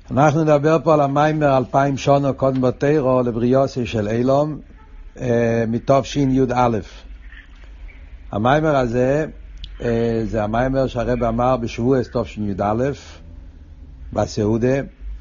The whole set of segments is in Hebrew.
אנחנו נדבר פה על המיימר 2000 שנה קודם בתורה לבריאוסי של אילום מתש"י. המיימר הזה זה המיימר שהרב אמר בשבועס תש"י בסעודה,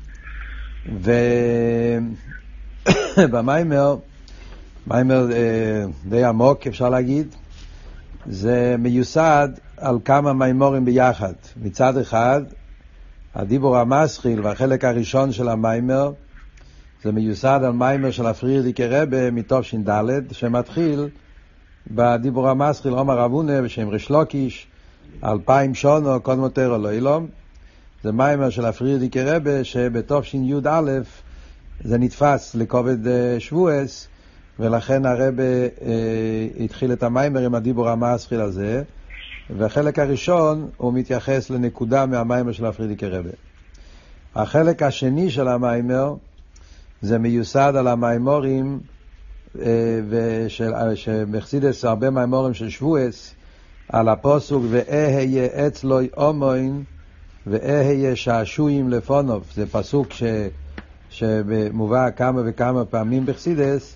ובמיימר מיימר די עמוק אפשר להגיד, זה מיוסד על כמה מיימורים ביחד. מצד אחד הדיבור המסחיל והחלק הראשון של המיימר זה מיוסד על מיימר של הפרידיקי רבה מתש"ד, שמתחיל בדיבור המסחיל אומר רבונה בשם ריש לוקיש 2000 שנה קודם תורה לאילום. זה מיימר של הפרידיקי רבה שבתש"י זה נתפס לכובד שבועס, ולכן הרבה התחיל את המיימר עם הדיבור המסחיל הזה, והחלק הראשון הוא מתייחס לנקודה מהמיימר של הפרידיקי רבה. החלק השני של המיימר זה מיוסד על המיימורים שמחסידס הרבה מיימורים של שבועס על הפסוק ואהיה אצלוי אומוין ואהיה שעשועים לפונוב. זה פסוק שמובא כמה וכמה פעמים בחסידס,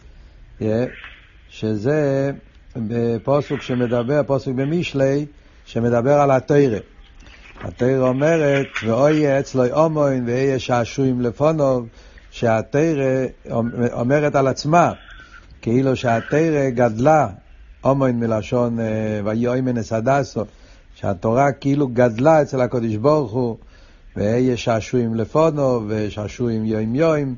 שזה פסוק שמדבר, פסוק במשלי שמדבר על התורה. התורה אומרת ואהיה אצלוי אומוין ואהיה שעשועים לפונוב, שהתורה אומרת על עצמה כאילו שהתורה גדלה, אומוין מלשון ויאמין אסדסו, שהתורה כאילו גדלה אצל הקדוש ברוך הוא, ואהיה שעשועים לפונוב ושעשועים יום יום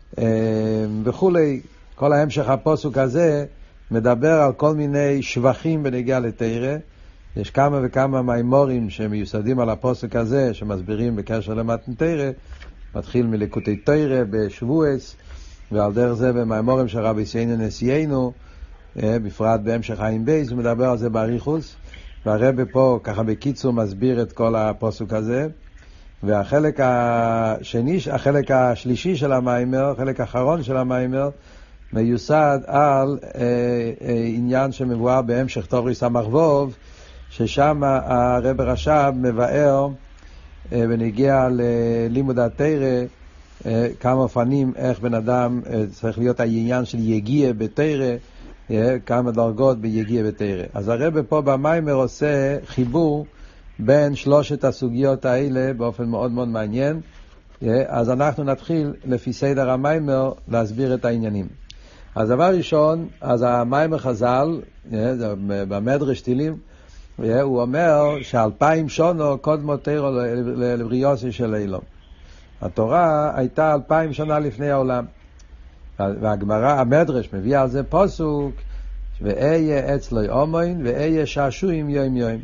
וכולי. כל ההמשך הפסוק הזה מדבר על כל מיני שבחים בנגיעה לתורה. יש כמה וכמה מיימורים שמיוסדים על הפסוק הזה שמסבירים בקשר למתן תורה. מתחיל מליקוטי תורה בשבועס, ועל דרך זה במיימורים של רבי סיינו נשיאנו, בפרט בהמשך חיים בייס, הוא מדבר על זה באריכוס, והרב פה ככה בקיצור מסביר את כל הפסוק הזה. והחלק השני, החלק השלישי של המיימר, החלק האחרון של המיימר, מיוסד על עניין שמבואר בהמשך תורי סמ"ו, ששם הרב רש"ב מבאר ונגיע ללימוד התורה כמה אופנים איך בן אדם צריך להיות העניין של יגיע בתורה, כמה דרגות ביגיע בתורה. אז הרב פה במיימר עושה חיבור בין שלושת הסוגיות האלה באופן מאוד מאוד מעניין. אז אנחנו נתחיל לפי סדר המיימר להסביר את העניינים. אז דבר ראשון, אז המיימר חז"ל במדרש תהילים, הוא אומר ש2000 שנה קודם תורה לבריאוסי של אילום. התורה הייתה 2000 שנה לפני העולם, והגמרא המדרש מביא על זה פסוק ואהיה אצלוי אומוין ואהיה שעשועים יום יום.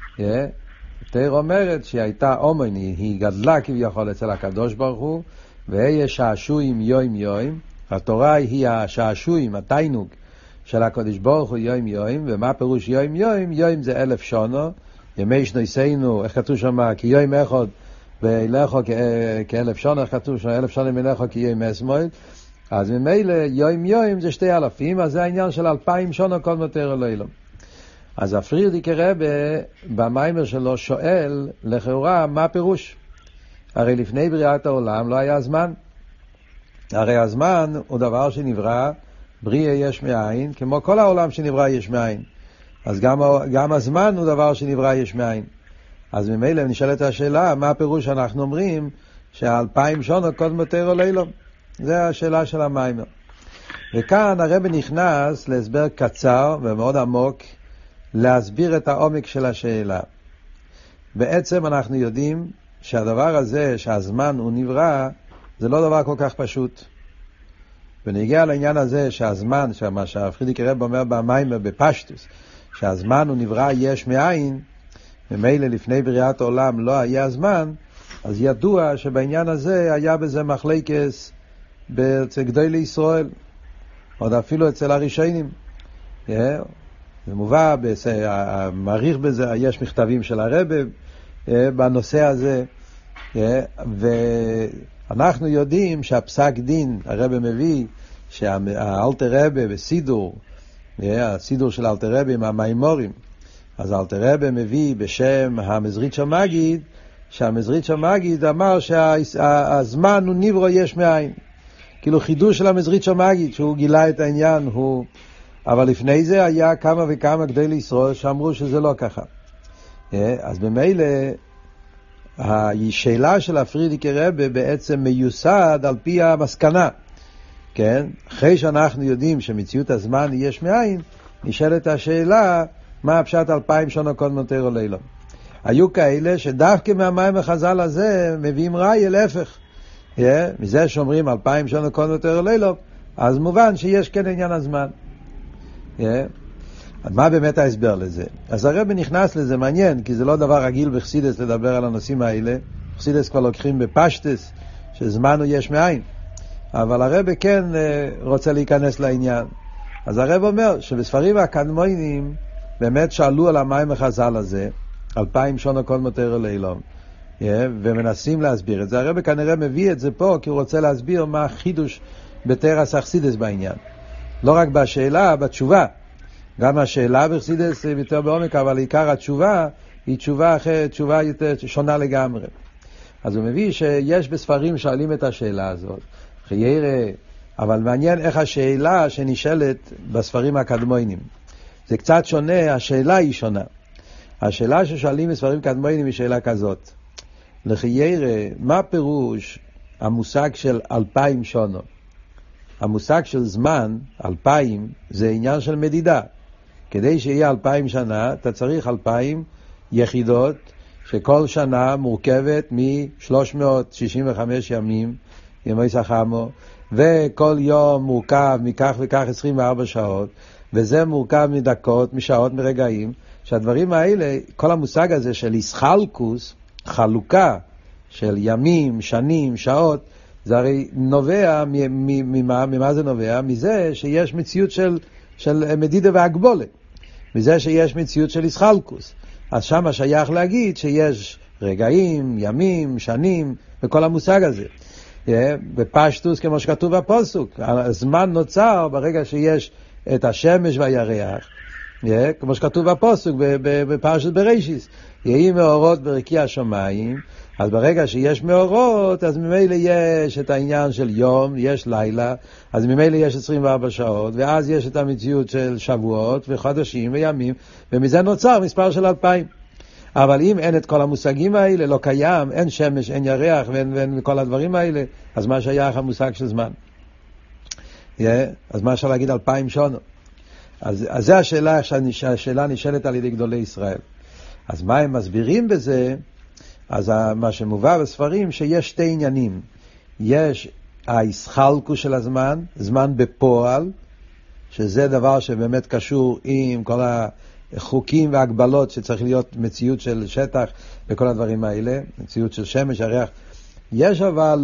התורה אומרת שהייתה אומוין, היא גדלה כביכול אצל הקדוש ברוך הוא, ואהיה שעשועים יום יום. התורה היא השעשועים, התיינוג של הקדוש ברוך הוא יום יום. ומה פירוש יום יום? יום זה 1000 שנה, ימי שניסנו, איך כתוב שם? כי יום אחד ולכו כ1000 שנה, איך כתוב שם? 1000 שנה מלכו כי יום אסמאל. אז ממילא יום יום זה 2000, אז זה העניין של 2000 שנה קודם תורה לאילום. אז הפרידיקי רבה במיימר שלו שואל לכאורה מה פירוש? הרי לפני בריאת העולם לא היה זמן. הרי הזמן הוא דבר שנברא בריאה יש מאין, כמו כל העולם שנברא יש מאין. אז גם הזמן הוא דבר שנברא יש מאין. אז ממילא נשאלת השאלה, מה הפירוש שאנחנו אומרים ש2000 שנה קודם תורה לאילום? זו השאלה של המיימר. וכאן הרב נכנס להסבר קצר ומאוד עמוק להסביר את העומק של השאלה. בעצם אנחנו יודעים שהדבר הזה שהזמן הוא נברא זה לא דבר כל כך פשוט. ונגיע לעניין הזה שהזמן, מה שהפרידיקי רב אומר במיימר בפשטוס, שהזמן הוא נברא יש מאין, ממילא לפני בריאת העולם לא היה זמן, אז ידוע שבעניין הזה היה בזה מחלקס אצל גדולי ישראל, עוד אפילו אצל הראשונים. זה מובא, מעריך בזה, יש מכתבים של הרב בנושא הזה, ואנחנו יודעים שהפסק דין, הרב מביא שהאלטר רב בסידור, הסידור של אלטר רב עם המיימורים, אז אלטר רב מביא בשם המזריץ' המגיד שהמזריץ' המגיד אמר שהזמן הוא נברא יש מאין. כאילו חידוש של המזריץ' המגיד, שהוא גילה את העניין, אבל לפני זה היה כמה וכמה גדולי ישראל שאמרו שזה לא ככה. אז במילא, השאלה של הפרידיקי רבי בעצם מיוסד על פי המסקנה. כן? אחרי שאנחנו יודעים שמציאות הזמן יש מאין, נשאלת השאלה, מה הפשט 2000 שנה קודם תורה לעולם. היו כאלה שדווקא מהמים החז"ל הזה מביאים ראי להפך. מזה שאומרים 2000 שנה קודם תורה לעולם, אז מובן שיש כן עניין הזמן. מה באמת ההסבר לזה? אז הרב נכנס לזה, מעניין, כי זה לא דבר רגיל בחסידס לדבר על הנושאים האלה. בחסידס כבר לוקחים בפשטס, שזמן הוא יש מאין. אבל הרב כן רוצה להיכנס לעניין. אז הרב אומר שבספרים הקדמונים באמת שאלו על המים החז"ל הזה, 2000 שנה קודם תורה לעולם, ומנסים להסביר את זה. הרב כנראה מביא את זה פה כי הוא רוצה להסביר מה החידוש בתרס החסידס בעניין. לא רק בשאלה, בתשובה. גם השאלה בחסידס יותר בעומק, אבל עיקר התשובה היא תשובה אחרת, תשובה יותר שונה לגמרי. אז הוא מביא שיש בספרים שואלים את השאלה הזאת. אבל מעניין איך השאלה שנשאלת בספרים הקדמונים. זה קצת שונה, השאלה היא שונה. השאלה ששואלים בספרים קדמונים היא שאלה כזאת. לחיירה, מה פירוש המושג של 2000 שנה? המושג של זמן, 2000, זה עניין של מדידה. כדי שיהיה 2000 שנה, אתה צריך 2000 יחידות, שכל שנה מורכבת מ-365 ימים, ימי סחמו, וכל יום מורכב מכך וכך 24 שעות, וזה מורכב מדקות, משעות, מרגעים, שהדברים האלה, כל המושג הזה של איסחלקוס, חלוקה של ימים, שנים, שעות, זה הרי נובע ממה זה נובע? מזה שיש מציאות של מדידה והגבולה. מזה שיש מציאות של איסחלקוס. אז שם שייך להגיד שיש רגעים, ימים, שנים, וכל המושג הזה. בפשטוס, כמו שכתוב בפסוק, הזמן נוצר ברגע שיש את השמש והירח, כמו שכתוב בפסוק בפרשת בראשיס, יהי מאורות ברקיע השמיים. אז ברגע שיש מאורות, אז ממילא יש את העניין של יום, יש לילה, אז ממילא יש 24 שעות, ואז יש את המציאות של שבועות וחודשים וימים, ומזה נוצר מספר של 2000. אבל אם אין את כל המושגים האלה, לא קיים, אין שמש, אין ירח, ואין כל הדברים האלה, אז מה שייך המושג של זמן? אז מה אפשר להגיד 2000 שנה? אז זו השאלה נשאלת על ידי גדולי ישראל. אז מה הם מסבירים בזה? אז מה שמובא בספרים שיש שתי עניינים. יש האיסחלקוס של הזמן, זמן בפועל, שזה דבר שבאמת קשור עם כל החוקים והגבלות שצריך להיות מציאות של שטח וכל הדברים האלה, מציאות של שמש, הריח. יש אבל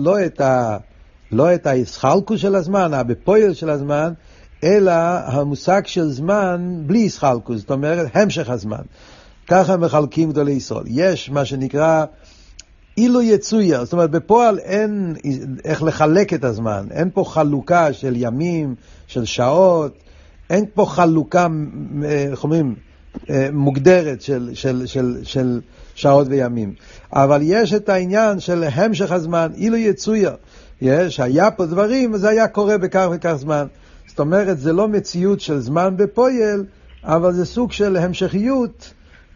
לא את האיסחלקוס של הזמן, בפועל של הזמן, אלא המושג של זמן בלי איסחלקוס, זאת אומרת המשך הזמן. ככה מחלקים גדולי ישראל. יש מה שנקרא אילו יצויה, זאת אומרת בפועל אין איך לחלק את הזמן, אין פה חלוקה של ימים, של שעות, אין פה חלוקה, איך אומרים, מוגדרת של שעות וימים. אבל יש את העניין של המשך הזמן, אילו יצויה. יש, היה פה דברים, זה היה קורה בכך וכך זמן. זאת אומרת, זה לא מציאות של זמן בפועל, אבל זה סוג של המשכיות,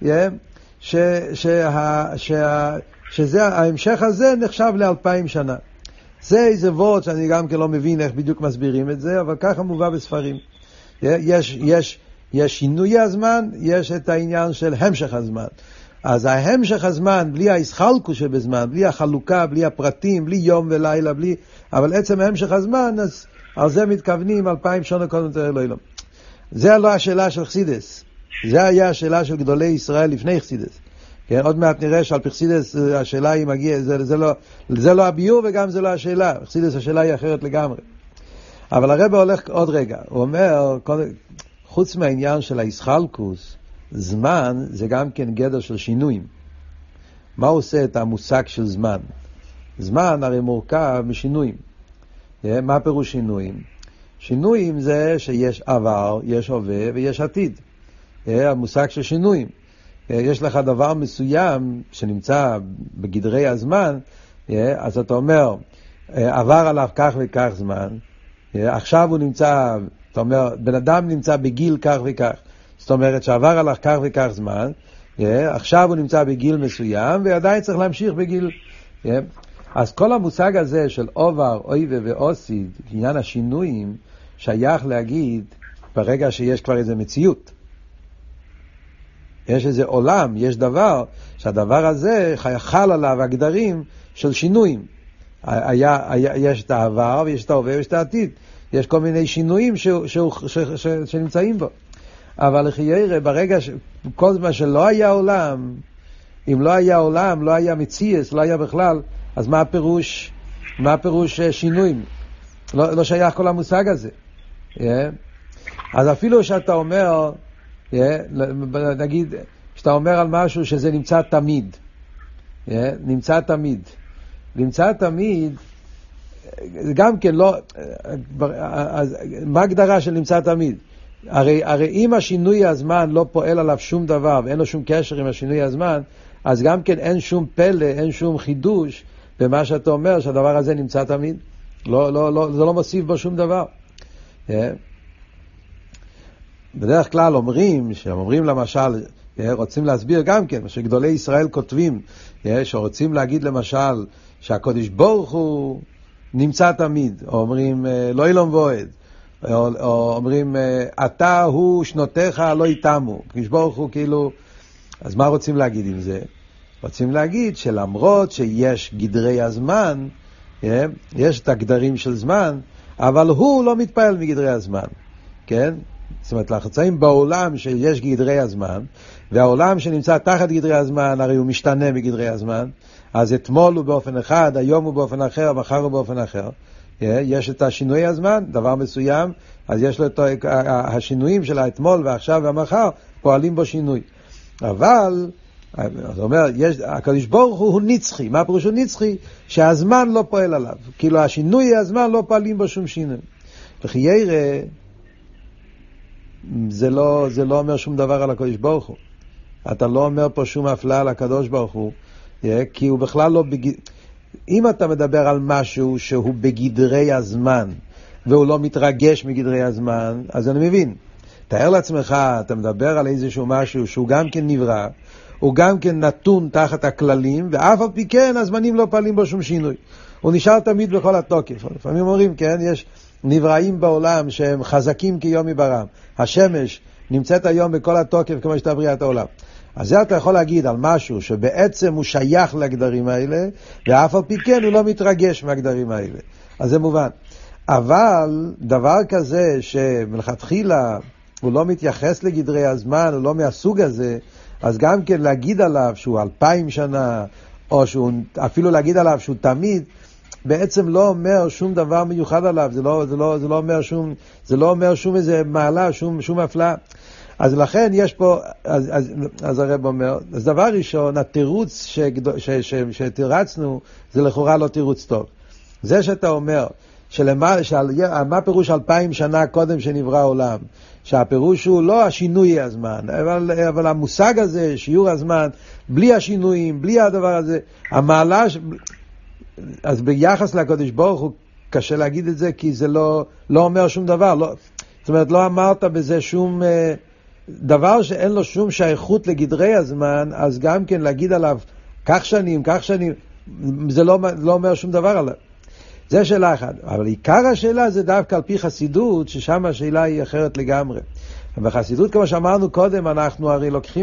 שזה ההמשך הזה נחשב ל2000 שנה. זה איזה וורט שאני גם כן לא מבין איך בדיוק מסבירים את זה, אבל ככה מובא בספרים. יש שינוי הזמן, יש את העניין של המשך הזמן. אז ההמשך הזמן, בלי האיסחלקוס שבזמן, בלי החלוקה, בלי הפרטים, בלי יום ולילה, אבל עצם המשך הזמן, אז על זה מתכוונים 2000 שנה קודם תורה לעולם. זה לא השאלה של חסידס. זה היה השאלה של גדולי ישראל לפני חסידס. כן, עוד מעט נראה שעל חסידס השאלה היא מגיעה, זה לא הביור וגם זה לא השאלה. חסידס השאלה היא אחרת לגמרי. אבל הרב הולך עוד רגע. הוא אומר, חוץ מהעניין של האיסחלקוס, זמן זה גם כן גדר של שינויים. מה עושה את המושג של זמן? זמן הרי מורכב משינויים. מה פירוש שינויים? שינויים זה שיש עבר, יש הווה ויש עתיד. המושג של שינויים. יש לך דבר מסוים שנמצא בגדרי הזמן, אז אתה אומר, עבר עליו כך וכך זמן, עכשיו הוא נמצא, אתה אומר, בן אדם נמצא בגיל כך וכך, זאת אומרת שעבר עליו כך וכך זמן, עכשיו הוא נמצא בגיל מסוים, ועדיין צריך להמשיך בגיל. אז כל המושג הזה של עובר, אויבה ואוסיד, עניין השינויים, שייך להגיד ברגע שיש כבר איזה מציאות. יש איזה עולם, יש דבר, שהדבר הזה חל עליו הגדרים של שינויים. יש את העבר ויש את ההווה ויש את העתיד. יש כל מיני שינויים שנמצאים בו. אבל לחיירה, ברגע כל זמן שלא היה עולם, אם לא היה עולם, לא היה מציאס, לא היה בכלל, אז מה הפירוש? מה הפירוש שינויים? לא שייך כל המושג הזה. אז אפילו שאתה אומר, נגיד, שאתה אומר על משהו שזה נמצא תמיד, נמצא תמיד, גם כן לא, מה הגדרה של נמצא תמיד? הרי אם השינוי הזמן לא פועל עליו שום דבר ואין לו שום קשר עם השינוי הזמן, אז גם כן אין שום פלא, אין שום חידוש במה שאתה אומר שהדבר הזה נמצא תמיד. זה לא מוסיף בו שום דבר. בדרך כלל אומרים למשל, רוצים להסביר גם כן, מה שגדולי ישראל כותבים, שרוצים להגיד למשל שהקדוש ברוך הוא נמצא תמיד, או אומרים לא אילום ועד, או אומרים אתה הוא שנותיך לא יתמו, הקדוש ברוך הוא כאילו, אז מה רוצים להגיד עם זה? רוצים להגיד שלמרות שיש גדרי הזמן, יש את הגדרים של זמן, אבל הוא לא מתפעל מגדרי הזמן, כן? זאת אומרת, אנחנו נמצאים בעולם שיש גדרי הזמן, והעולם שנמצא תחת גדרי הזמן, הרי הוא משתנה מגדרי הזמן, אז אתמול הוא באופן אחד, היום הוא באופן אחר, מחר הוא באופן אחר. יש את השינוי הזמן, דבר מסוים, אז יש לו את השינויים של האתמול ועכשיו והמחר, פועלים בו שינוי. אבל, זאת אומרת, הקדוש ברוך הוא נצחי. מה פירוש הוא נצחי? שהזמן לא פועל עליו. כאילו השינוי הזמן לא פועלים בו שום שינוי. וכי יראה, זה לא אומר שום דבר על הקדוש ברוך הוא. אתה לא אומר פה שום הפלאה על הקדוש ברוך הוא, כי הוא בכלל לא אם אתה מדבר על משהו שהוא בגדרי הזמן, והוא לא מתרגש מגדרי הזמן, אז אני מבין. תאר לעצמך, אתה מדבר על איזשהו משהו שהוא גם כן נברא, הוא גם כן נתון תחת הכללים, ואף על פי כן הזמנים לא פעלים בו שום שינוי. הוא נשאר תמיד בכל התוקף. לפעמים אומרים, כן, יש נבראים בעולם שהם חזקים כיום מברם. השמש נמצאת היום בכל התוקף כמו שאתה בריאת העולם. אז זה אתה יכול להגיד על משהו שבעצם הוא שייך לגדרים האלה, ואף על פי כן הוא לא מתרגש מהגדרים האלה. אז זה מובן. אבל דבר כזה שמלכתחילה הוא לא מתייחס לגדרי הזמן, הוא לא מהסוג הזה, אז גם כן להגיד עליו שהוא 2000 שנה, או שהוא, אפילו להגיד עליו שהוא תמיד, בעצם לא אומר שום דבר מיוחד עליו, זה לא אומר שום איזה מעלה, שום הפלאה. אז לכן יש פה, אז הרב אומר, אז דבר ראשון, התירוץ שתירצנו, זה לכאורה לא תירוץ טוב. זה שאתה אומר, מה פירוש 2000 שנה קודם שנברא העולם? שהפירוש הוא לא השינוי הזמן, אבל המושג הזה, שיעור הזמן, בלי השינויים, בלי הדבר הזה, המעלה, אז ביחס לקדוש ברוך הוא קשה להגיד את זה, כי זה לא אומר שום דבר. זאת אומרת, לא אמרת בזה שום דבר שאין לו שום שייכות לגדרי הזמן, אז גם כן להגיד עליו כך שנים, זה לא אומר שום דבר עליו. זה שאלה אחת. אבל עיקר השאלה זה דווקא על פי חסידות, ששם השאלה היא אחרת לגמרי. בחסידות, כמו שאמרנו קודם, אנחנו הרי לוקחים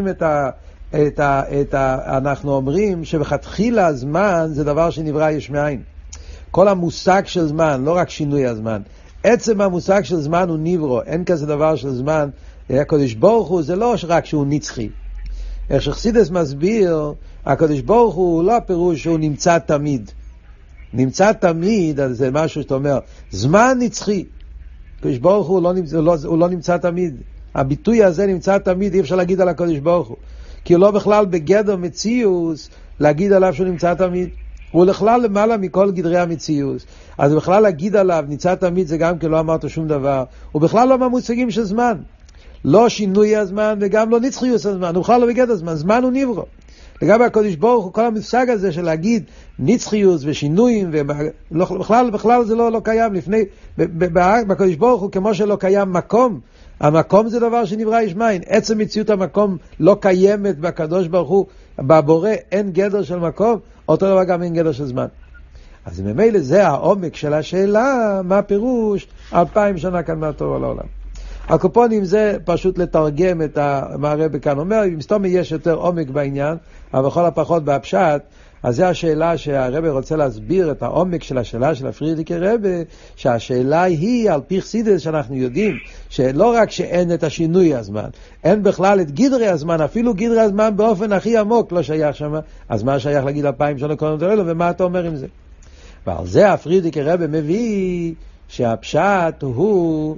אנחנו אומרים שבכתחילה הזמן זה דבר שנברא יש מאין. כל המושג של זמן, לא רק שינוי הזמן, עצם המושג של זמן הוא נברא, אין כזה דבר של זמן. הקדוש ברוך הוא זה לא רק שהוא נצחי. איך שחסידס מסביר, הקדוש ברוך הוא לא הפירוש שהוא נמצא תמיד. נמצא תמיד, אז זה משהו שאתה אומר, זמן נצחי. הקדוש ברוך הוא לא נמצא תמיד. הביטוי הזה נמצא תמיד, אי אפשר להגיד על הקדוש ברוך הוא. כי הוא לא בכלל בגדר מציאוס להגיד עליו שהוא נמצא תמיד. הוא בכלל למעלה מכל גדרי המציאוס. אז בכלל להגיד עליו נמצא תמיד זה גם כי לא אמרת שום דבר. הוא בכלל לא מהמושגים של זמן. לא שינוי הזמן וגם לא נצחיות הזמן, הוא בכלל לא בגדר הזמן, זמן הוא נברא. לגבי הקודש ברוך הוא, כל המושג הזה של להגיד נצחיות ושינויים, בכלל זה לא קיים לפני, בקודש ברוך הוא כמו שלא קיים מקום, המקום זה דבר שנברא יש מאין, עצם מציאות המקום לא קיימת בקדוש ברוך הוא, בבורא אין גדר של מקום, אותו דבר גם אין גדר של זמן. אז ממילא זה העומק של השאלה, מה פירוש 2000 שנה כאן מהתורה לעולם. הקופונים זה פשוט לתרגם את מה הרב כאן אומר, אם סתום יש יותר עומק בעניין, אבל בכל הפחות בהפשט, אז זה השאלה שהרב רוצה להסביר את העומק של השאלה של הפרידיקי רב, שהשאלה היא על פי חסידות שאנחנו יודעים, שלא רק שאין את השינוי הזמן, אין בכלל את גדרי הזמן, אפילו גדרי הזמן באופן הכי עמוק לא שייך שם, אז מה שייך להגיד 2000 שנה קודם תראה לו, ומה אתה אומר עם זה? ועל זה הפרידיקי רב מביא שהפשט הוא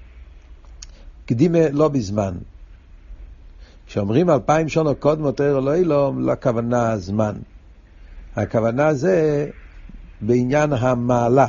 קדימה לא בזמן. כשאומרים 2000 שנה קודם תראה לו, לא הכוונה זמן. הכוונה זה בעניין המעלה.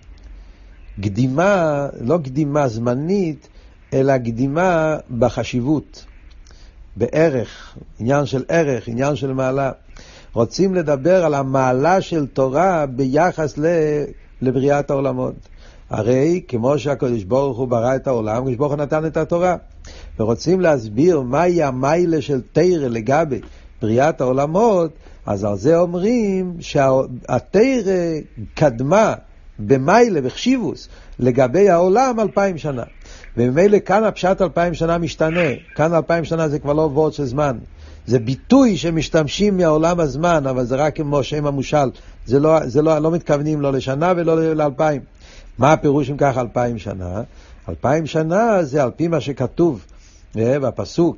קדימה, לא קדימה זמנית, אלא קדימה בחשיבות, בערך, עניין של ערך, עניין של מעלה. רוצים לדבר על המעלה של תורה ביחס לבריאת העולמות. הרי כמו שהקדוש ברוך הוא ברא את העולם, הקדוש ברוך הוא נתן את התורה. ורוצים להסביר מהי המיילה של תורה לגבי בריאת העולמות, אז על זה אומרים שהתורה קדמה במיילה בחשיבוס לגבי העולם 2000 שנה. וממילא כאן הפשט 2000 שנה משתנה. כאן 2000 שנה זה כבר לא וורד של זמן. זה ביטוי שמשתמשים מהעולם הזמן, אבל זה רק כמו שם המושל. זה לא מתכוונים לא לשנה ולא ל-2000. מה הפירוש אם כך 2000 שנה? 2000 שנה זה על פי מה שכתוב בפסוק,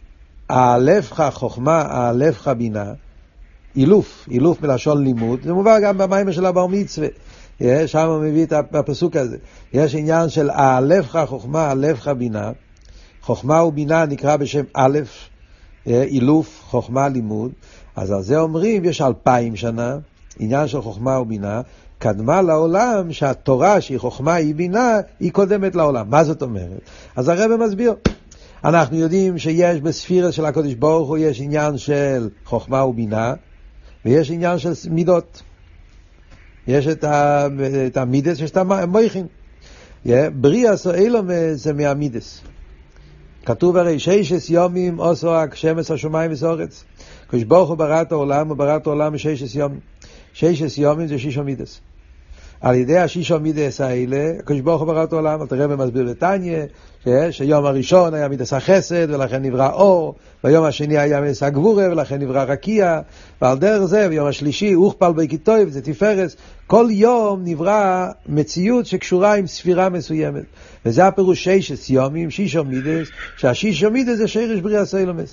האלפך חוכמה, האלפך בינה, אילוף מלשון לימוד, זה מובא גם במים של הבר מצווה, שם הוא מביא את הפסוק הזה. יש עניין של האלפך חוכמה, האלפך בינה, חוכמה ובינה נקרא בשם א', אילוף, חוכמה, לימוד, אז על זה אומרים יש 2000 שנה, עניין של חוכמה ובינה, קדמה לעולם שהתורה שהיא חוכמה היא בינה, היא קודמת לעולם. מה זאת אומרת? אז הרב מסביר. אנחנו יודעים שיש בספירה של הקדוש ברוך הוא יש עניין של חוכמה ובינה, ויש עניין של מידות. יש את המידס, יש את המויכין. בריאס או אילום זה מהמידס. כתוב הרי 6 יומים עשו שמש השמיים והארץ. הקדוש ברוך הוא ברא את העולם, הוא ברא את העולם 6 יומים. 6 יומים זה 6 מידס. על ידי 6 מידס האלה, הקדוש ברוך הוא ברא את העולם, תראה ומסביר בתניא, שיום הראשון היה מידס החסד, ולכן נברא אור, והיום השני היה מידס הגבורה, ולכן נברא רקיע, ועל דרך זה, ביום השלישי, הוכפל בקיטוי, וזה תפארס, כל יום נברא מציאות שקשורה עם ספירה מסוימת. וזה הפירוש 6 יומים, 6 מידס, שה6 מידס זה שרש בריאת האלומות.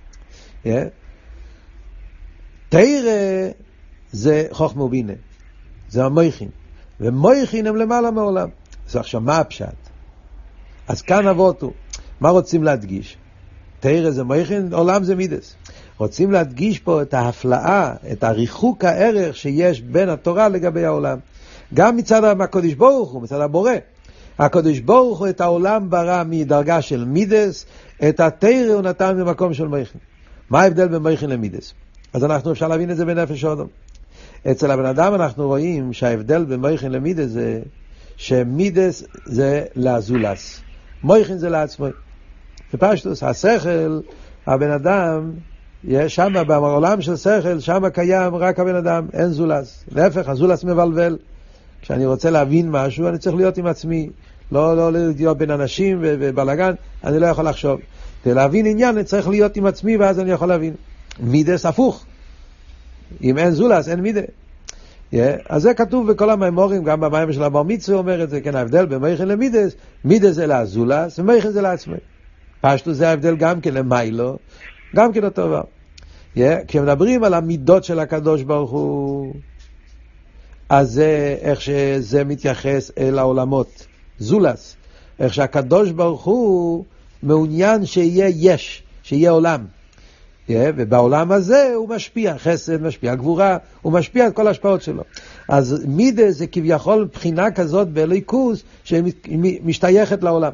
תורה זה חוכמה ובינה, זה המויכין, ומויכין הם למעלה מעולם. אז עכשיו מה הפשט? אז כאן אבותו, מה רוצים להדגיש? תורה זה מויכין, עולם זה מידס. רוצים להדגיש פה את ההפלאה, את הריחוק הערך שיש בין התורה לגבי העולם. גם מצד הקדוש ברוך הוא, מצד הבורא. הקדוש ברוך הוא את העולם ברא מדרגה של מידס, את התורה הוא נתן במקום של מויכין. מה ההבדל בין מויכין למידס? אז אנחנו אפשר להבין את זה בנפש האדם. אצל הבן אדם אנחנו רואים שההבדל בין מויכין למידס זה שמידס זה לאזולס, מויכין זה לעצמו. בפשטוס, השכל, הבן אדם, שם בעולם של שכל, שם קיים רק הבן אדם, אין זולס. להפך, הזולס מבלבל. כשאני רוצה להבין משהו, אני צריך להיות עם עצמי. לא להיות בין אנשים ובלגן, אני לא יכול לחשוב. כדי להבין עניין, אני צריך להיות עם עצמי, ואז אני יכול להבין. מידס הפוך. אם אין זולס, אין מידה. אז זה כתוב בכל המיימורים, גם במים של הבר מצווה אומר את זה, כן, ההבדל בין מויכין למידס, מידס זה לזולס, ומויכין זה לעצמי. פשטוס זה ההבדל גם כן למיילו, גם כן אותו דבר. כשמדברים על המידות של הקדוש ברוך הוא, אז זה איך שזה מתייחס אל העולמות. זולס, איך שהקדוש ברוך הוא מעוניין שיהיה יש, שיהיה עולם. ובעולם הזה הוא משפיע, חסד משפיע, גבורה, הוא משפיע את כל ההשפעות שלו. אז מידה זה כביכול בחינה כזאת באלוקות שמשתייכת לעולם.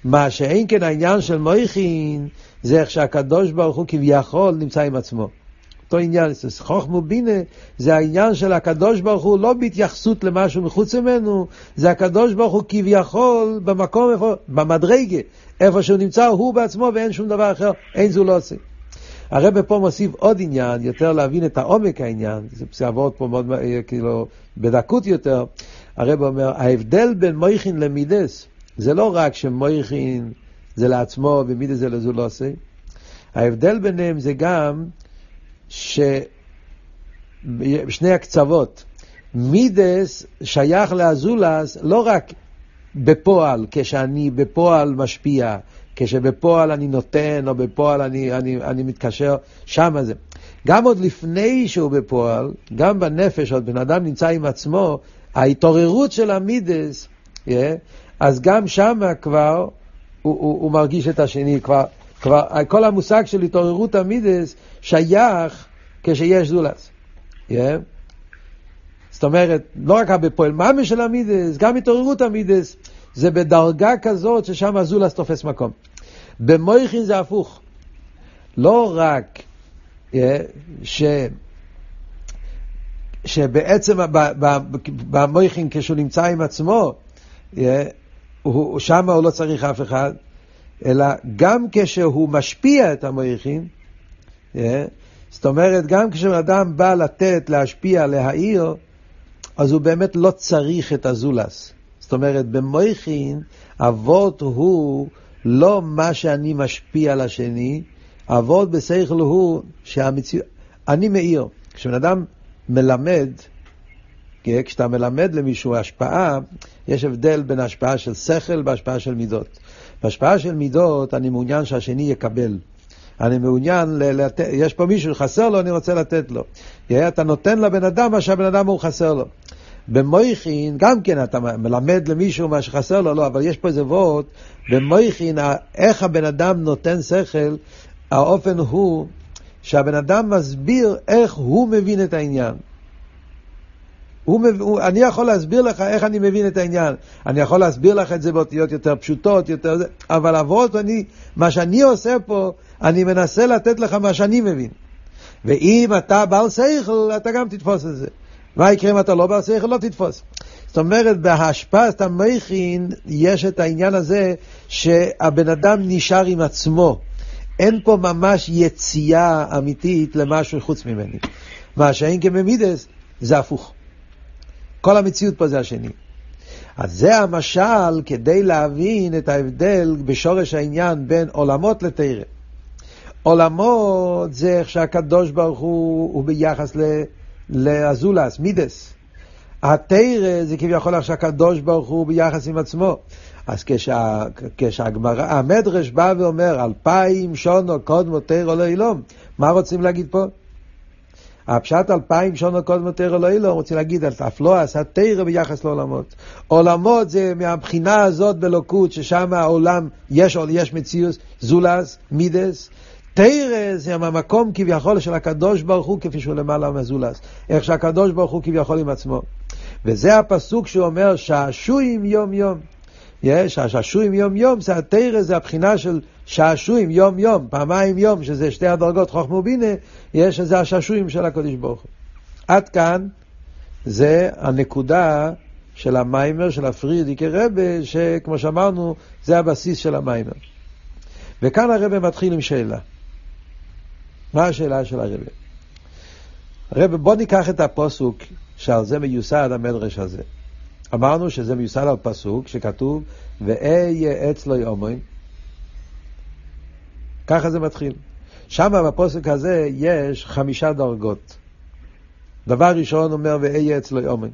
מה שאין כן העניין של מויכין, זה איך שהקדוש ברוך הוא כביכול נמצא עם עצמו. אותו עניין, חוכמה בינה, זה העניין של הקדוש ברוך הוא לא בהתייחסות למשהו מחוץ ממנו, זה הקדוש ברוך הוא כביכול במקום, במדרגה, איפה שהוא נמצא הוא בעצמו ואין שום דבר אחר, אין זו לא עושה. הרב פה מוסיף עוד עניין, יותר להבין את העומק העניין, זה עבוד פה מאוד, כאילו, בדקות יותר. הרב אומר, ההבדל בין מויכין למידס, זה לא רק שמויכין זה לעצמו ומידס זה לזו לא עושה, ההבדל ביניהם זה גם ששני הקצוות, מידס שייך לאזולס לא רק בפועל, כשאני בפועל משפיע, כשבפועל אני נותן, או בפועל אני מתקשר, שם זה. גם עוד לפני שהוא בפועל, גם בנפש, עוד בן אדם נמצא עם עצמו, ההתעוררות של המידס, אז גם שם כבר הוא מרגיש את השני, כבר כל המושג של התעוררות המידס שייך כשיש זולס. זאת אומרת, לא רק בפועל ממש של המידס, גם התעוררות המידס, זה בדרגה כזאת ששם הזולס תופס מקום. במויכין זה הפוך. לא רק שבעצם במויכין כשהוא נמצא עם עצמו, שם הוא לא צריך אף אחד, אלא גם כשהוא משפיע את המויכין, זאת אומרת, גם כשאדם בא לתת, להשפיע, להעיר, אז הוא באמת לא צריך את הזולס. זאת אומרת, במויכין, אבות הוא לא מה שאני משפיע על השני, אבות בשכל הוא שהמציאות, אני מאיר. כשבן אדם מלמד, כשאתה מלמד למישהו השפעה, יש הבדל בין השפעה של שכל והשפעה של מידות. בהשפעה של מידות אני מעוניין שהשני יקבל. אני מעוניין, יש פה מישהו חסר לו, אני רוצה לתת לו. אתה נותן לבן אדם מה שהבן אדם הוא חסר לו. במויכין, גם כן אתה מלמד למישהו מה שחסר לו, לא, אבל יש פה איזה וורט, במויכין, איך הבן אדם נותן שכל, האופן הוא שהבן אדם מסביר איך הוא מבין את העניין. אני יכול להסביר לך איך אני מבין את העניין. אני יכול להסביר לך את זה באותיות יותר פשוטות, יותר זה, אבל אבות, מה שאני עושה פה, אני מנסה לתת לך מה שאני מבין. ואם אתה בעל שכל, אתה גם תתפוס את זה. מה יקרה אם אתה לא בעל שכל? לא תתפוס. זאת אומרת, בהשפעת המויכין יש את העניין הזה שהבן אדם נשאר עם עצמו. אין פה ממש יציאה אמיתית למשהו חוץ ממני. מה שאין כממידס זה הפוך. כל המציאות פה זה השני. אז זה המשל כדי להבין את ההבדל בשורש העניין בין עולמות לתורה. עולמות זה איך שהקדוש ברוך הוא ביחס לאזולס, מידס. התורה זה כביכול איך שהקדוש ברוך הוא ביחס עם עצמו. אז כשהגמרא, המדרש בא ואומר 2000 שונו קודמו תורה לא אילום, מה רוצים להגיד פה? הפשט 2000 שונו קודמו תורה לא אילום, רוצים להגיד אף לא עשה תורה ביחס לעולמות. עולמות זה מהבחינה הזאת בלוקות, ששם העולם יש מציאות, זולס, מידס. תורה זה מהמקום כביכול של הקדוש ברוך הוא כפי שהוא למעלה מזולס, איך שהקדוש ברוך הוא כביכול עם עצמו. וזה הפסוק שאומר שעשועים יום יום. השעשועים יום יום, זה התורה, זה הבחינה של שעשועים יום יום, פעמיים יום, שזה שתי הדרגות חוכמה ובינה, יש שזה השעשועים של הקדוש ברוך הוא. עד כאן זה הנקודה של המיימר של הפרידיקי רבי, שכמו שאמרנו זה הבסיס של המיימר. וכאן הרבי מתחיל עם שאלה. מה השאלה של הרבי? הרבי, בוא ניקח את הפסוק שעל זה מיוסד המדרש הזה. אמרנו שזה מיוסד על פסוק שכתוב ואהיה אצלו יומין. ככה זה מתחיל. שם בפסוק הזה יש 5 דרגות. דבר ראשון אומר ואהיה אצלו יומין.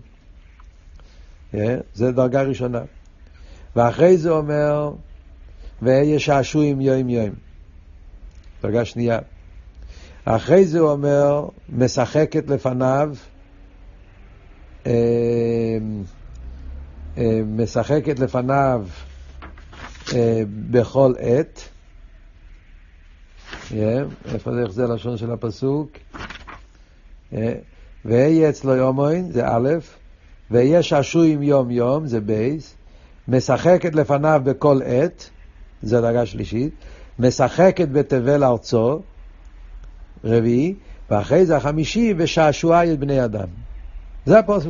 זה דרגה ראשונה. ואחרי זה אומר ואהיה שעשועים יום יום. דרגה שנייה. אחרי זה הוא אומר משחקת לפניו משחקת לפניו בכל עת. איפה זה, איך זה לשון של הפסוק? ואהיה אצלו יומין, זה א', ואהיה שעשועים יום יום, זה בייס. משחקת לפניו בכל עת, זה דרגה שלישית, משחקת בתבל ארצו, רביעי, ואחרי זה החמישי, ושעשועי את בני אדם. זה הפוסק.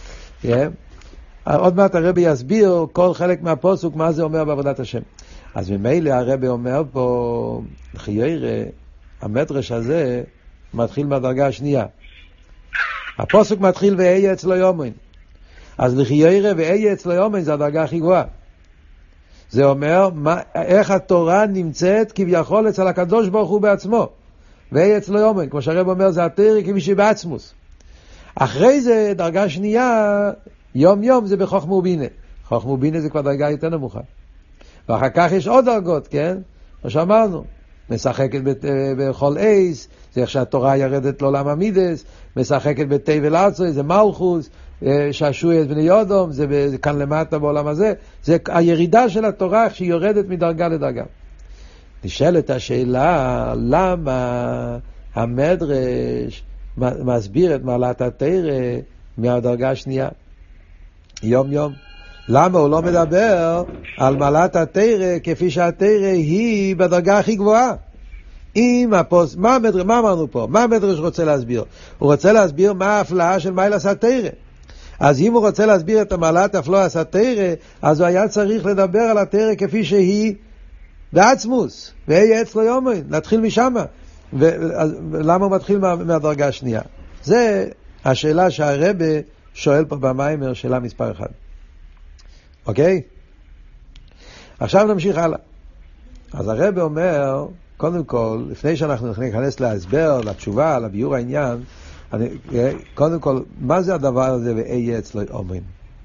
עוד מעט הרבי יסביר כל חלק מהפוסק, מה זה אומר בעבודת השם. אז ממילא הרבי אומר פה, חיירה, המדרש הזה מתחיל מהדרגה השנייה. הפוסק מתחיל ואהיה אצלו יומין. אז לחיירה ואהיה אצלו יומין זה הדרגה הכי גבוהה. זה אומר איך התורה נמצאת כביכול אצל הקדוש ברוך הוא בעצמו. ואהיה אצלו יומין, כמו שהרב אומר, זה התורה כמי שבעצמוס. אחרי זה דרגה שנייה, יום יום זה בחוכמה ובינה. חוכמה ובינה זה כבר דרגה יותר נמוכה. ואחר כך יש עוד דרגות, כן? כמו שאמרנו, משחקת בכל עיס, זה איך שהתורה ירדת לעולם המידס, משחקת בתבל ארצו, זה מלכוס, שעשועי את בני יודום, זה כאן למטה בעולם הזה, זה הירידה של התורה שהיא יורדת מדרגה לדרגה. נשאלת השאלה, למה המדרש מסביר את מעלת התורה מהדרגה השנייה? יום יום. למה הוא לא מדבר על מעלת התורה כפי שהתורה היא בדרגה הכי גבוהה? מה אמרנו פה? מה המדרש רוצה להסביר? הוא רוצה להסביר מה ההפלאה של מעלת התורה. אז אם הוא רוצה להסביר את המעלת הפלאה של התורה, אז הוא היה צריך לדבר על התורה כפי שהיא בעצמוס, ואהיה אצלו יומין, נתחיל משם. למה הוא מתחיל מהדרגה השנייה? זה השאלה שהרבי שואל פה במיימר, שאלה מספר 1. אוקיי? עכשיו נמשיך הלאה. אז הרבי אומר, קודם כל, לפני שאנחנו ניכנס להסבר, לתשובה, לביור העניין, קודם כל, מה זה הדבר הזה ואהיה אצלו יומין?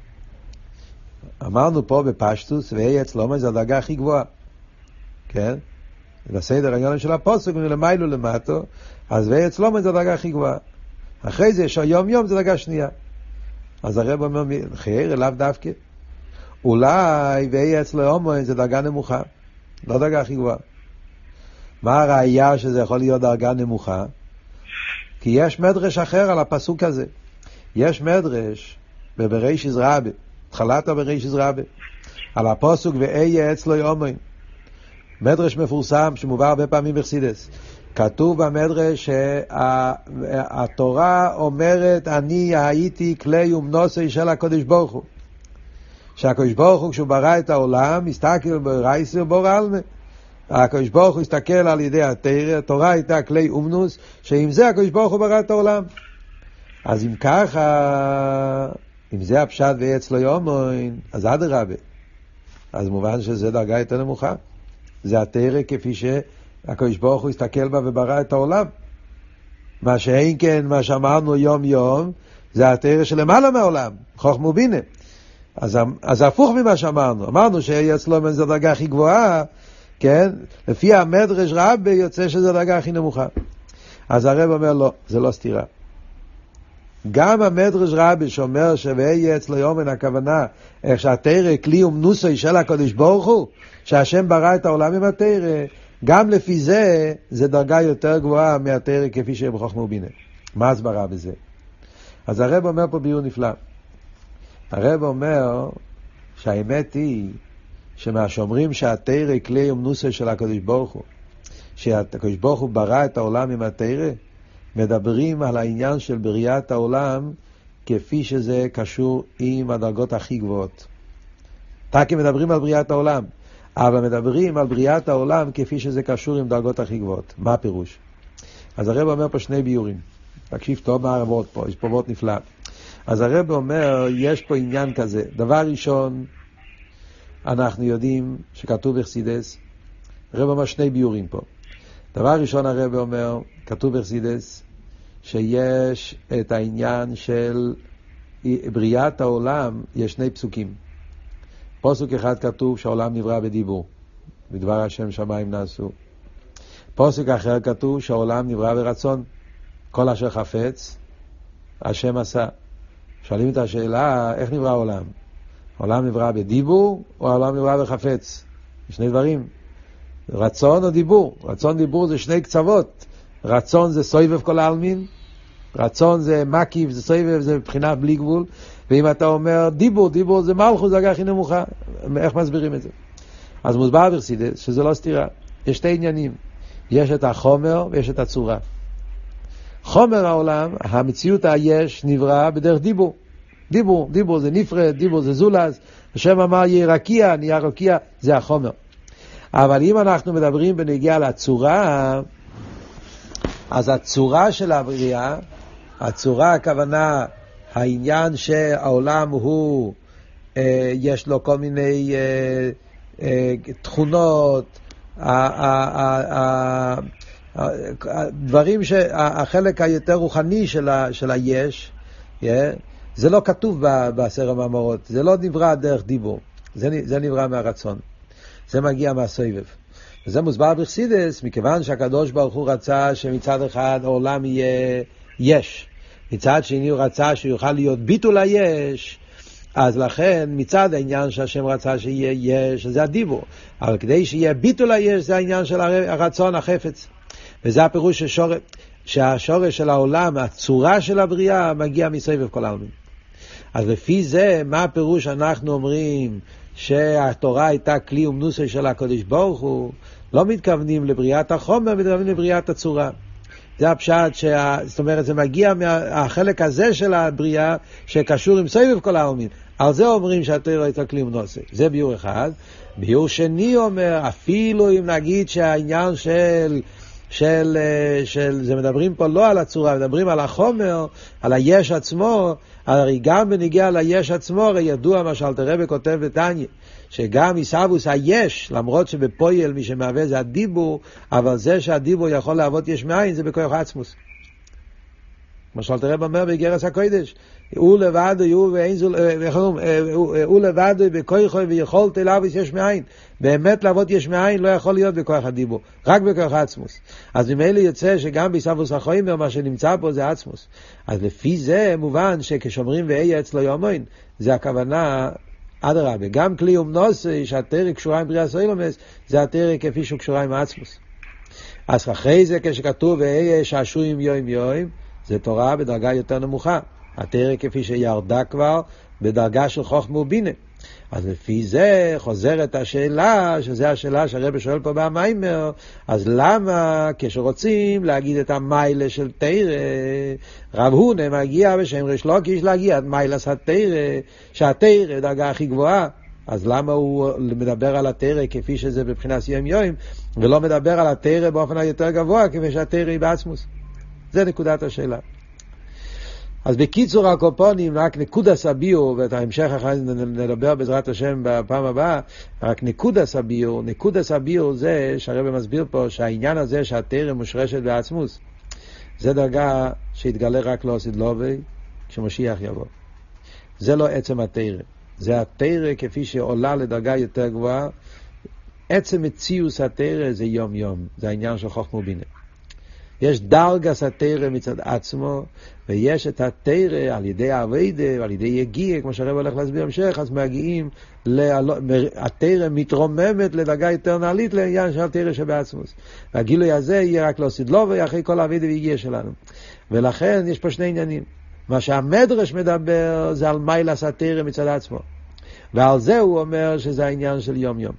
אמרנו פה בפשטוס, ואהיה אצלו יומין זה הדרגה הכי גבוהה. כן? בסדר העניין של הפוסק, מלמיילו למטו, אז ואהיה אצלו יומין זה הדרגה הכי גבוהה. אחרי זה, שהיום יום זה דרגה שנייה. אז הרב אומר, חייר אליו דווקא. אולי ואהיה אצלו יומין זה דרגה נמוכה, לא דרגה הכי גבוהה. מה הראייה שזה יכול להיות דרגה נמוכה? כי יש מדרש אחר על הפסוק הזה. יש מדרש בבראשיס רבה, התחלת בראשיס רבה, על הפסוק ואהיה אצלו יומין. מדרש מפורסם שמובא הרבה פעמים בחסידות. כתוב במדרש שהתורה אומרת, אני הייתי כלי ומנוסי של הקדוש ברוך הוא. שהקדוש ברוך הוא כשהוא ברא את העולם, הסתכל ברייסר בור אלמה. הקדוש ברוך הוא הסתכל על ידי התורה, התורה הייתה כלי אומנוס, שעם זה הקדוש ברוך הוא ברא את העולם. אז אם ככה, אם זה הפשט ואהיה אצלו יומין, אז אדרבה. אז מובן שזה דרגה יותר נמוכה. זה התורה כפי שהקדוש ברוך הוא הסתכל בה וברא את העולם. מה שאין כן, מה שאמרנו יום יום, זה התורה שלמעלה מהעולם, חוכמה ובינה. אז הפוך ממה שאמרנו. אמרנו שאהיה אצלו יומין זה הדרגה הכי גבוהה, כן? לפי המדרש רבה יוצא שזה הדרגה הכי נמוכה. אז הרב אומר לא, זה לא סתירה. גם המדרש רבה שאומר שאהיה אצלו יומין, הכוונה איך שהתורה כלי ומנוסי של הקדוש ברוך הוא, שהשם ברא את העולם עם התורה, גם לפי זה זה דרגה יותר גבוהה מהתורה כפי שבחוכמה ובינה. מה הסברה בזה? אז הרב אומר פה ביור נפלא. הרב אומר שהאמת היא שמה שאומרים שהתורה כלי ומנוסי של הקדוש ברוך הוא, שהקדוש ברוך הוא ברא את העולם עם התורה, מדברים על העניין של בריאת העולם כפי שזה קשור עם הדרגות הכי גבוהות. תקי מדברים על בריאת העולם, אבל מדברים על בריאת העולם כפי שזה קשור עם דרגות הכי גבוהות. מה הפירוש? אז הרב אומר פה שני ביורים. תקשיב טוב מה הרבות פה, יש פה וורט נפלא. אז הרב אומר, יש פה עניין כזה. דבר ראשון, אנחנו יודעים שכתוב בחסידות, הרב אומר שני ביורים פה. דבר ראשון הרב אומר, כתוב בחסידות, שיש את העניין של בריאת העולם, יש שני פסוקים. פסוק אחד כתוב שהעולם נברא בדיבור, בדבר השם שמיים נעשו. פסוק אחר כתוב שהעולם נברא ברצון, כל אשר חפץ, השם עשה. שואלים את השאלה, איך נברא העולם? העולם נברא בדיבור או העולם נברא בחפץ? שני דברים. רצון או דיבור? רצון דיבור זה שני קצוות. רצון זה סויבב כל העלמין, רצון זה מקיף, זה סויבב, זה מבחינה בלי גבול. ואם אתה אומר דיבור, דיבור זה מלכות, זה הכי נמוכה. איך מסבירים את זה? אז מוסבר בחסידות שזה לא סתירה. יש שתי עניינים. יש את החומר ויש את הצורה. חומר העולם, המציאות היש נברא בדרך דיבור. דיבור זה נפרד, דיבור זה זולז. השם אמר יהיה רקיע, נהיה רקיע, זה החומר. אבל אם אנחנו מדברים בנגיעה לצורה, אז הצורה של הבריאה, הצורה הכוונה, העניין שהעולם הוא, יש לו כל מיני תכונות, דברים שהחלק היותר רוחני של היש, זה לא כתוב בעשר המאמרות, זה לא נברא דרך דיבור, זה נברא מהרצון, זה מגיע מהסובב. וזה מוסבר בחסידות, מכיוון שהקדוש ברוך הוא רצה שמצד אחד העולם יהיה יש, מצד שני הוא רצה שיוכל להיות ביטול היש, אז לכן מצד העניין שהשם רצה שיהיה יש, זה הדיבור. אבל כדי שיהיה ביטול היש, זה העניין של הרצון, החפץ. וזה הפירוש שהשורש של העולם, הצורה של הבריאה, מגיע מסביב כל העלמין. אז לפי זה, מה הפירוש אנחנו אומרים שהתורה הייתה כלי ומנוסה של הקדוש ברוך הוא? לא מתכוונים לבריאת החומר, מתכוונים לבריאת הצורה. זה הפשט, זאת אומרת, זה מגיע מהחלק הזה של הבריאה שקשור עם סביב כל העלמין. על זה אומרים שהתורה הייתה כלי ומנוסה. זה ביור אחד. ביור שני אומר, אפילו אם נגיד שהעניין זה מדברים פה לא על הצורה, מדברים על החומר, על היש עצמו, הרי גם בנגיע ליש עצמו, הרי ידוע מה שאלתר רבי כותב בתניא, שגם עיסאוויס היש, למרות שבפועל מי שמהווה זה הדיבור, אבל זה שהדיבור יכול להוות יש מאין, זה בכוח עצמוס. מה שאלתר רבי אומר באיגרת הקודש, הוא לבד הוא לבד בכוחו ויכולת להוות יש מאין. באמת להוות יש מאין לא יכול להיות בכוח הדיבור, רק בכוח עצמוס. אז ממילא יוצא שגם בעיסאוויס החומר מה שנמצא פה זה עצמוס. אז לפי זה מובן שכשאומרים ואהיה אצלו יומין, זה הכוונה אדרבה, גם כלי ומנוסה שהתורה קשורה עם בריאת העולם, זה התורה כפי שהוא קשורה עם עצמוס. אז אחרי זה כשכתוב ואהיה שעשועים יום, זה תורה בדרגה יותר נמוכה. התורה כפי שירדה כבר בדרגה של חוכמה ובינה. אז לפי זה חוזרת השאלה, שזה השאלה שהרב שואל פה במיימר, אז למה כשרוצים להגיד את המיילה של תורה, רב הונא מגיע בשם ריש לקיש להגיע את מיילס התורה, שהתורה דרגה הכי גבוהה, אז למה הוא מדבר על התורה כפי שזה בבחינת יום, ולא מדבר על התורה באופן היותר גבוה כפי שהתורה היא בעצמוס? זה נקודת השאלה. אז בקיצור הקופונים, רק נקודס הביור, ואת ההמשך אחרי נדבר בעזרת השם בפעם הבאה, רק נקודס הביור זה שהרבא מסביר פה שהעניין הזה שהתורה מושרשת בעצמוס, זה דרגה שהתגלה רק לא סדלובי כשמשיח יבוא. זה לא עצם התורה, זה התורה כפי שעולה לדרגה יותר גבוהה. עצם מציאוס התורה זה יום יום, זה העניין של חוכמה ובינה. יש דרגס התורה מצד עצמו, ויש את התורה על ידי העבודה ועל ידי יגיע, כמו שהרב הולך להסביר המשך, אז מגיעים, התורה מתרוממת לדרגה יותר נעלית לעניין של התורה שבעצמוס. והגילוי הזה יהיה רק לא סדלובי אחרי כל העבודה ויגיע שלנו. ולכן יש פה שני עניינים. מה שהמדרש מדבר זה על מיילס התורה מצד עצמו. ועל זה הוא אומר שזה העניין של יום יום.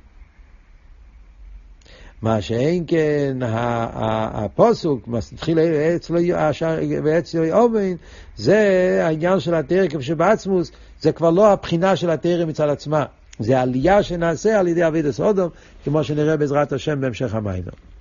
מה שאין כן הפסוק מתחיל ואצלו יומין, זה העניין של התורה כפי שבעצמוס, זה כבר לא הבחינה של התורה מצד עצמה, זה עלייה שנעשה על ידי עבודת סודום, כמו שנראה בעזרת השם בהמשך המיימר.